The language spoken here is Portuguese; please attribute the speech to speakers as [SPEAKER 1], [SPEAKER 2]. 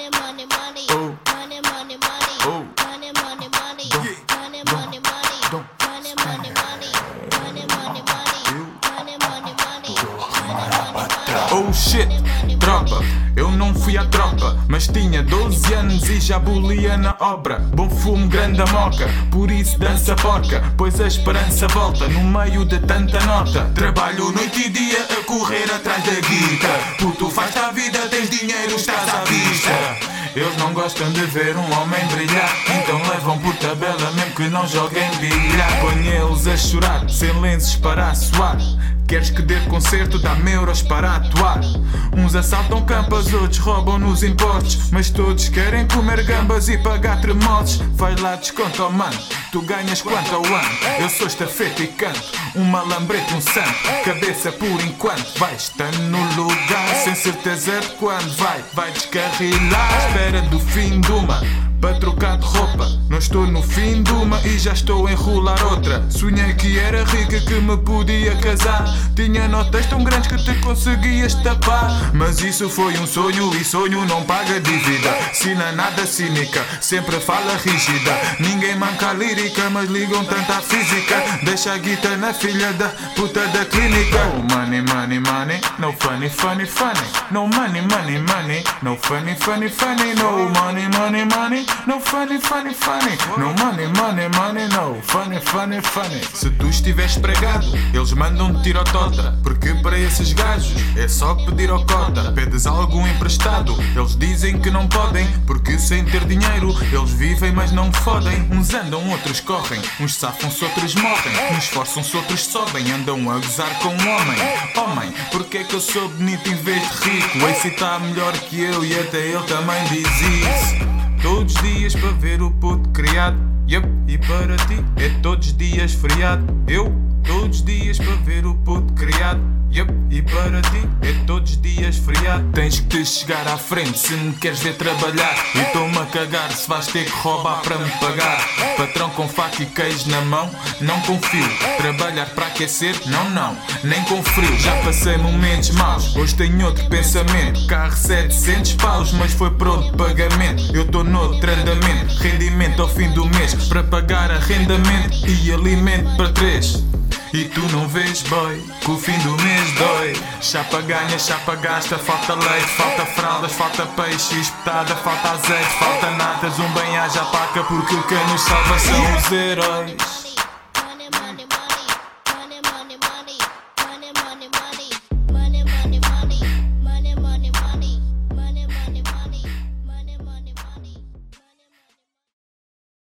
[SPEAKER 1] money, money, money,
[SPEAKER 2] Oh.
[SPEAKER 1] money, money, money,
[SPEAKER 2] Oh.
[SPEAKER 1] money, money, money, money, money, money, money, money, money, money, money, money, money, money.
[SPEAKER 2] Oh shit, tropa, eu não fui à tropa, mas tinha 12 anos e já bolia na obra. Bom fumo, grande moca, por isso dança porca, pois a esperança volta no meio de tanta nota. Trabalho noite e dia a correr atrás da guita. Puto, faz-te a vida, tens dinheiro, estás à vista. Eles não gostam de ver um homem brilhar, então levam por tabela mesmo que não joguem bilhar. Põe eles a chorar, sem lenços para assoar. Queres que dê concerto, dá-me euros para atuar. Uns assaltam campas, outros roubam nos impostos, mas todos querem comer gambas e pagar tremosos. Vai lá, desconta, oh mano, tu ganhas quanto ao ano? Eu sou estafeta e canto, um malambrete, um santo. Cabeça por enquanto, vai estando no lugar, sem certeza de quando vai descarrilar. À espera do fim de uma, para trocar de roupa. Não estou no fim de uma e já estou a enrolar outra. Sonhei que era rica, que me podia casar. Tinha notas tão grandes que te conseguias tapar. Mas isso foi um sonho e sonho não paga dívida. Sina nada cínica, sempre fala rígida. Ninguém manca a lírica, mas ligam tanto à física. Deixa a guita na filha da puta da clínica. Oh money, money, money, no funny, funny, funny. No money, money, money, no funny, funny, funny. No money, money, money, no funny, funny, funny. No money, money, money, no funny, funny, funny. Se tu estiveres pregado, eles mandam-te tiro ao tota, porque para esses gajos é só pedir ao cota. Pedes algo emprestado, eles dizem que não podem, porque sem ter dinheiro eles vivem mas não fodem. Uns andam, outros correm, uns safam-se, outros morrem. Uns esforçam-se, outros sobem, andam a gozar com um homem. Homem, porque é que eu sou bonito em vez de rico? Esse está melhor que eu e até ele também diz isso. Todos os dias para ver o puto criado, yep. E para ti é todos os dias feriado. Eu, todos os dias para ver o puto criado, yep. E para ti é todos os dias feriado. Tens que te chegar à frente se me queres ver trabalhar. E estou-me a cagar se vais ter que roubar para me pagar. Patrão com faca e queijo na mão, não confio. Trabalhar para aquecer, não, nem com frio. Já passei momentos maus, hoje tenho outro pensamento. Carro 700 paus, mas foi pronto pagamento. Eu estou noutro andamento, rendimento ao fim do mês, para pagar arrendamento e alimento para 3. E tu não vês, boy, que o fim do mês dói. Chapa ganha, chapa gasta, falta leite, falta fraldas, falta peixe, espetada, falta azeite, falta natas, um bem-aja paca, porque quem nos salva são os heróis.